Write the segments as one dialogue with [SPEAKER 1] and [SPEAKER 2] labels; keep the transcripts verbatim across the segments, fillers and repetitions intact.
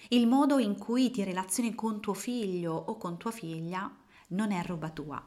[SPEAKER 1] Il modo in cui ti relazioni con tuo figlio o con tua figlia non è roba tua.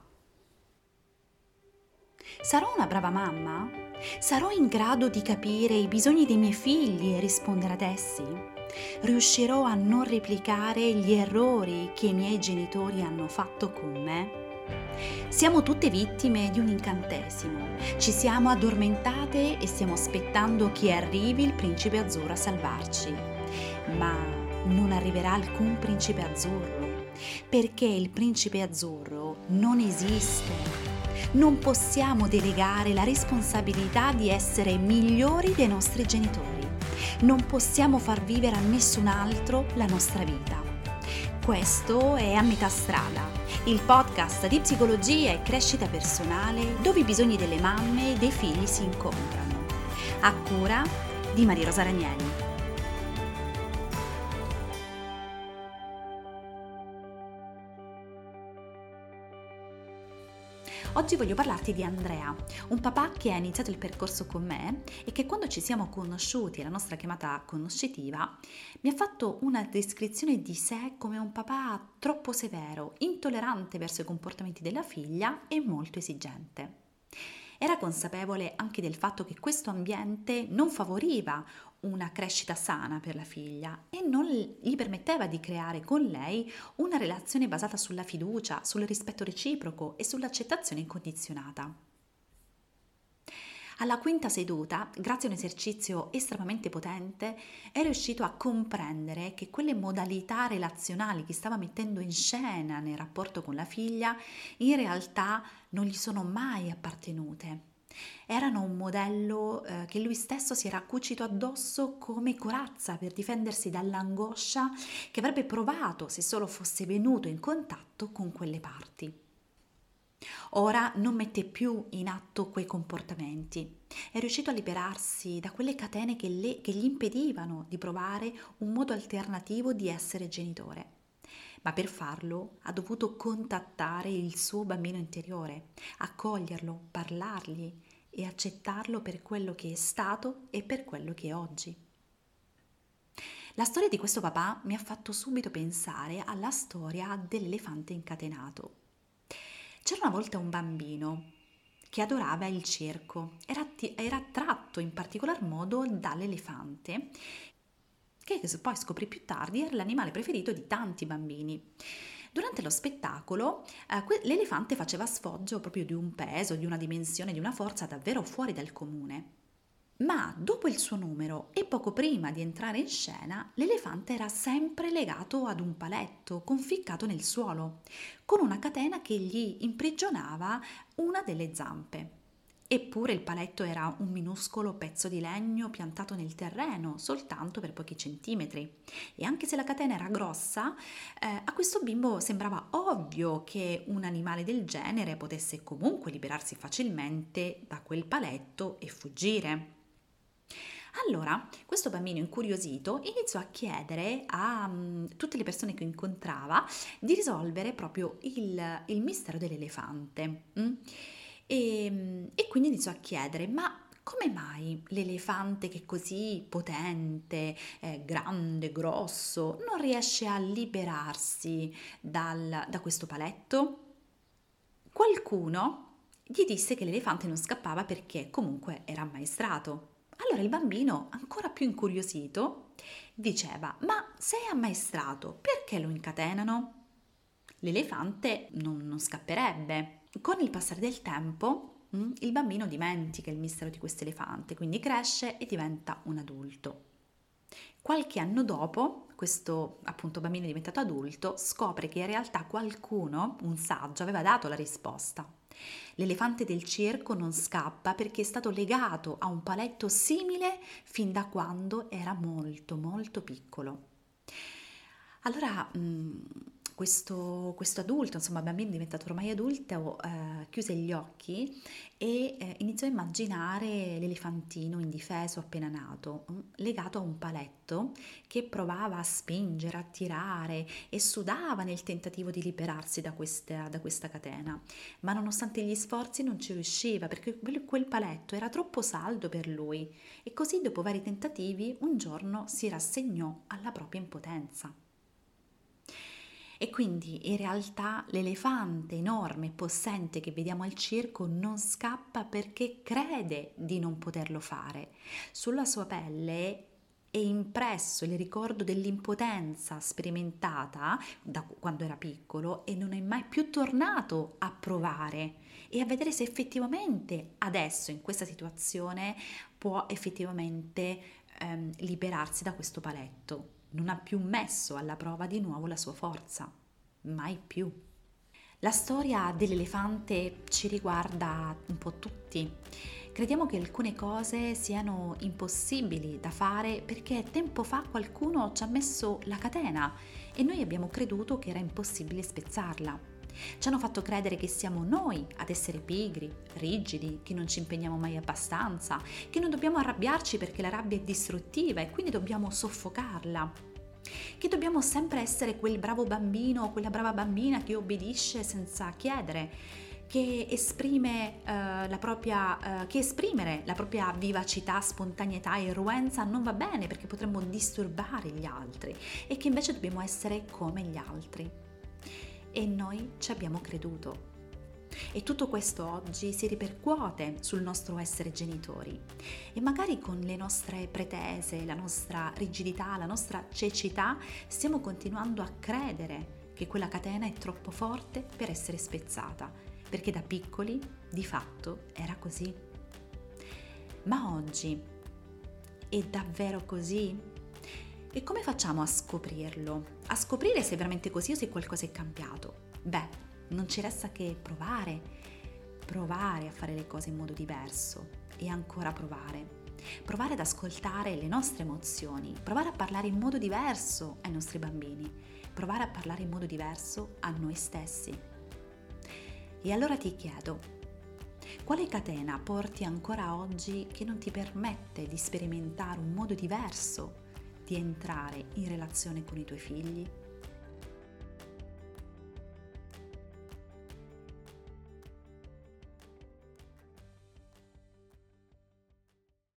[SPEAKER 1] Sarò una brava mamma? Sarò in grado di capire i bisogni dei miei figli e rispondere ad essi? Riuscirò a non replicare gli errori che i miei genitori hanno fatto con me? Siamo tutte vittime di un incantesimo. Ci siamo addormentate e stiamo aspettando che arrivi il principe azzurro a salvarci. Ma non arriverà alcun principe azzurro, perché il principe azzurro non esiste. Non possiamo delegare la responsabilità di essere migliori dei nostri genitori. Non possiamo far vivere a nessun altro la nostra vita. Questo è A Metà Strada, il podcast di psicologia e crescita personale dove i bisogni delle mamme e dei figli si incontrano. A cura di Maria Rosa Ranieri. Oggi voglio parlarti di Andrea, un papà che ha iniziato il percorso con me e che quando ci siamo conosciuti, la nostra chiamata conoscitiva, mi ha fatto una descrizione di sé come un papà troppo severo, intollerante verso i comportamenti della figlia e molto esigente. Era consapevole anche del fatto che questo ambiente non favoriva una crescita sana per la figlia e non gli permetteva di creare con lei una relazione basata sulla fiducia, sul rispetto reciproco e sull'accettazione incondizionata. Alla quinta seduta, grazie a un esercizio estremamente potente, è riuscito a comprendere che quelle modalità relazionali che stava mettendo in scena nel rapporto con la figlia in realtà non gli sono mai appartenute. Erano un modello eh, che lui stesso si era cucito addosso come corazza per difendersi dall'angoscia che avrebbe provato se solo fosse venuto in contatto con quelle parti. Ora non mette più in atto quei comportamenti. È riuscito a liberarsi da quelle catene che, le, che gli impedivano di provare un modo alternativo di essere genitore. Ma per farlo ha dovuto contattare il suo bambino interiore, accoglierlo, parlargli e accettarlo per quello che è stato e per quello che è oggi. La storia di questo papà mi ha fatto subito pensare alla storia dell'elefante incatenato. C'era una volta un bambino che adorava il circo, era, era attratto in particolar modo dall'elefante, che poi scoprì più tardi era l'animale preferito di tanti bambini. Durante lo spettacolo eh, l'elefante faceva sfoggio proprio di un peso, di una dimensione, di una forza davvero fuori dal comune. Ma dopo il suo numero e poco prima di entrare in scena, l'elefante era sempre legato ad un paletto conficcato nel suolo, con una catena che gli imprigionava una delle zampe. Eppure il paletto era un minuscolo pezzo di legno piantato nel terreno, soltanto per pochi centimetri. E anche se la catena era grossa, eh, a questo bimbo sembrava ovvio che un animale del genere potesse comunque liberarsi facilmente da quel paletto e fuggire. Allora, questo bambino incuriosito iniziò a chiedere a um, tutte le persone che incontrava di risolvere proprio il, il mistero dell'elefante. Mm? E, e quindi iniziò a chiedere, ma come mai l'elefante che è così potente, eh, grande, grosso, non riesce a liberarsi dal, da questo paletto? Qualcuno gli disse che l'elefante non scappava perché comunque era ammaestrato. Allora il bambino, ancora più incuriosito, diceva: ma se è ammaestrato, perché lo incatenano? L'elefante non, non scapperebbe. Con il passare del tempo, mh, il bambino dimentica il mistero di questo elefante, quindi cresce e diventa un adulto. Qualche anno dopo, questo appunto bambino diventato adulto scopre che in realtà qualcuno, un saggio, aveva dato la risposta. L'elefante del circo non scappa perché è stato legato a un paletto simile fin da quando era molto molto piccolo. Allora, mh, questo, questo adulto, insomma, bambino diventato ormai adulto, eh, chiuse gli occhi e eh, iniziò a immaginare l'elefantino indifeso appena nato, mm, legato a un paletto che provava a spingere, a tirare e sudava nel tentativo di liberarsi da questa, da questa catena, ma nonostante gli sforzi non ci riusciva perché quel, quel paletto era troppo saldo per lui e così dopo vari tentativi un giorno si rassegnò alla propria impotenza. E quindi in realtà l'elefante enorme e possente che vediamo al circo non scappa perché crede di non poterlo fare. Sulla sua pelle è impresso il ricordo dell'impotenza sperimentata da quando era piccolo e non è mai più tornato a provare e a vedere se effettivamente adesso in questa situazione può effettivamente ehm, liberarsi da questo paletto. Non ha più messo alla prova di nuovo la sua forza, mai più. La storia dell'elefante ci riguarda un po' tutti. Crediamo che alcune cose siano impossibili da fare perché tempo fa qualcuno ci ha messo la catena e noi abbiamo creduto che era impossibile spezzarla. Ci hanno fatto credere che siamo noi ad essere pigri, rigidi, che non ci impegniamo mai abbastanza, che non dobbiamo arrabbiarci perché la rabbia è distruttiva e quindi dobbiamo soffocarla, che dobbiamo sempre essere quel bravo bambino o quella brava bambina che obbedisce senza chiedere, che esprime eh, la propria, eh, che esprimere la propria vivacità, spontaneità e irruenza non va bene perché potremmo disturbare gli altri e che invece dobbiamo essere come gli altri. E noi ci abbiamo creduto. E tutto questo oggi si ripercuote sul nostro essere genitori e magari con le nostre pretese, la nostra rigidità, la nostra cecità stiamo continuando a credere che quella catena è troppo forte per essere spezzata, perché da piccoli di fatto era così. Ma oggi è davvero così? E come facciamo a scoprirlo? A scoprire se è veramente così o se qualcosa è cambiato? Beh, non ci resta che provare, provare a fare le cose in modo diverso e ancora provare. Provare ad ascoltare le nostre emozioni, provare a parlare in modo diverso ai nostri bambini, provare a parlare in modo diverso a noi stessi. E allora ti chiedo, quale catena porti ancora oggi che non ti permette di sperimentare un modo diverso di entrare in relazione con i tuoi figli?